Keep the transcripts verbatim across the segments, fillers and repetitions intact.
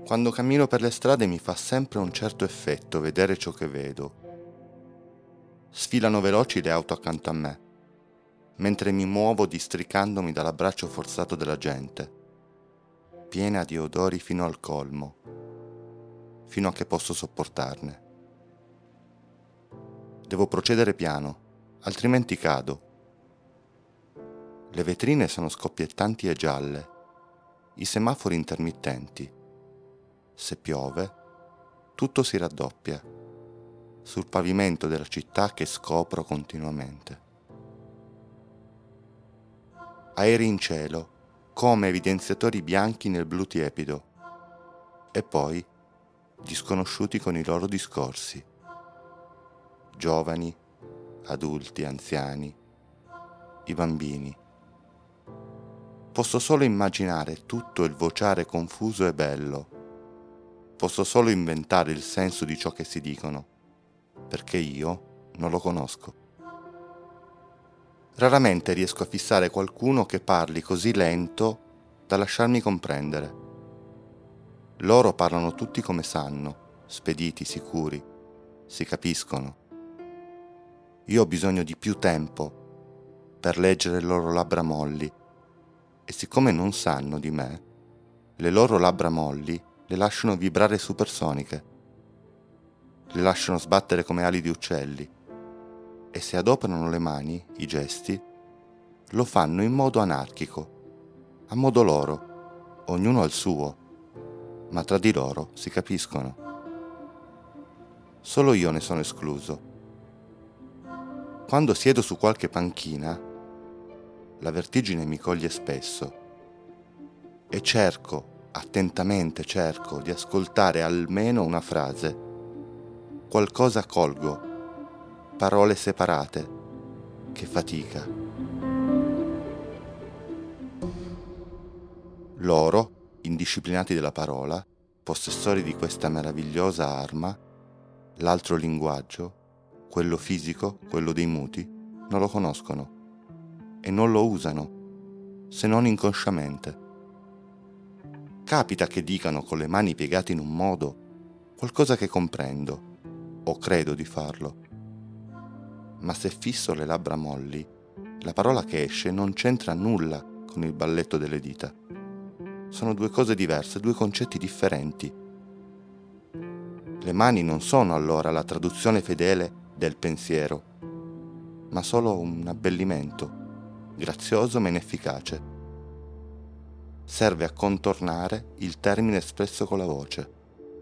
Quando cammino per le strade mi fa sempre un certo effetto vedere ciò che vedo. Sfilano veloci le auto accanto a me, mentre mi muovo districandomi dall'abbraccio forzato della gente, piena di odori fino al colmo, fino a che posso sopportarne. Devo procedere piano, altrimenti cado. Le vetrine sono scoppiettanti e gialle, i semafori intermittenti. Se piove, tutto si raddoppia, sul pavimento della città che scopro continuamente. Aerei in cielo, come evidenziatori bianchi nel blu tiepido, e poi gli sconosciuti con i loro discorsi. Giovani, adulti, anziani, i bambini. Posso solo immaginare tutto il vociare confuso e bello. Posso solo inventare il senso di ciò che si dicono, perché io non lo conosco. Raramente riesco a fissare qualcuno che parli così lento da lasciarmi comprendere. Loro parlano tutti come sanno, spediti, sicuri, si capiscono. Io ho bisogno di più tempo per leggere le loro labbra molli e siccome non sanno di me, le loro labbra molli le lasciano vibrare supersoniche, le lasciano sbattere come ali di uccelli e se adoperano le mani, i gesti, lo fanno in modo anarchico, a modo loro, ognuno al suo, ma tra di loro si capiscono. Solo io ne sono escluso. Quando siedo su qualche panchina, la vertigine mi coglie spesso e cerco, attentamente cerco di ascoltare almeno una frase. Qualcosa colgo, parole separate, che fatica. Loro, indisciplinati della parola, possessori di questa meravigliosa arma, l'altro linguaggio, quello fisico, quello dei muti, non lo conoscono e non lo usano, se non inconsciamente. Capita che dicano con le mani piegate in un modo qualcosa che comprendo, o credo di farlo. Ma se fisso le labbra molli, la parola che esce non c'entra nulla con il balletto delle dita. Sono due cose diverse, due concetti differenti. Le mani non sono allora la traduzione fedele del pensiero, ma solo un abbellimento, grazioso ma inefficace. Serve a contornare il termine espresso con la voce.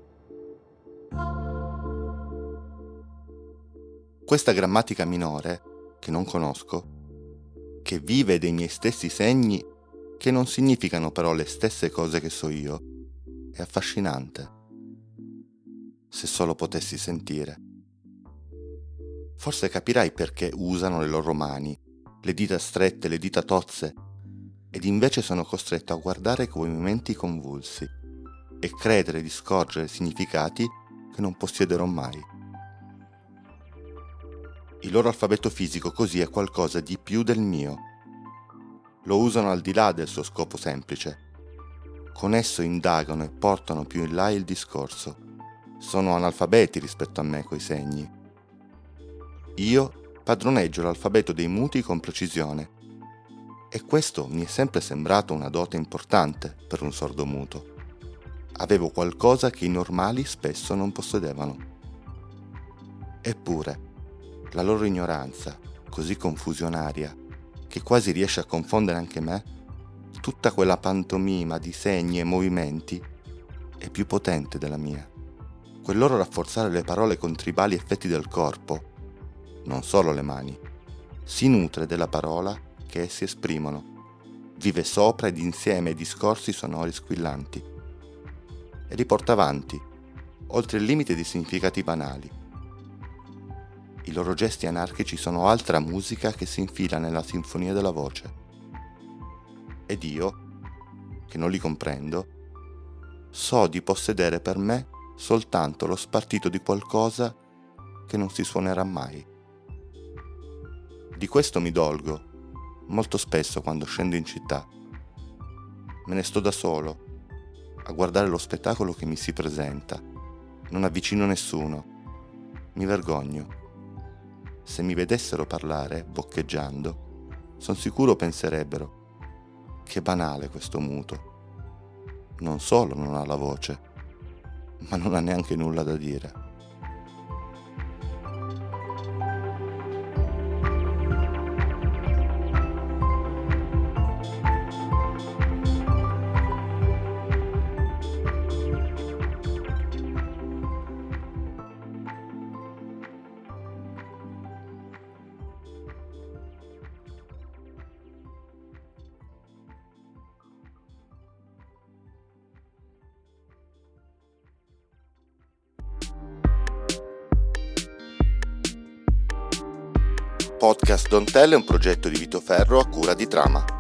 Questa grammatica minore, che non conosco, che vive dei miei stessi segni, che non significano però le stesse cose che so io, è affascinante. Se solo potessi sentire. Forse capirai perché usano le loro mani, le dita strette, le dita tozze, ed invece sono costretto a guardare quei movimenti convulsi e credere di scorgere significati che non possiederò mai. Il loro alfabeto fisico così è qualcosa di più del mio. Lo usano al di là del suo scopo semplice. Con esso indagano e portano più in là il discorso. Sono analfabeti rispetto a me quei segni. Io padroneggio l'alfabeto dei muti con precisione. E questo mi è sempre sembrato una dote importante per un sordomuto. Avevo qualcosa che i normali spesso non possedevano. Eppure, la loro ignoranza, così confusionaria, che quasi riesce a confondere anche me, tutta quella pantomima di segni e movimenti, è più potente della mia. Quel loro rafforzare le parole con tribali effetti del corpo, non solo le mani, si nutre della parola che essi esprimono, vive sopra ed insieme ai discorsi sonori squillanti e li porta avanti, oltre il limite di significati banali. I loro gesti anarchici sono altra musica che si infila nella sinfonia della voce. Ed io, che non li comprendo, so di possedere per me soltanto lo spartito di qualcosa che non si suonerà mai. Di questo mi dolgo molto spesso quando scendo in città. Me ne sto da solo, a guardare lo spettacolo che mi si presenta. Non avvicino nessuno. Mi vergogno. Se mi vedessero parlare, boccheggiando, son sicuro penserebbero: che banale questo muto. Non solo non ha la voce, ma non ha neanche nulla da dire. Podcast Don't Tell è un progetto di Vito Ferro a cura di Trama.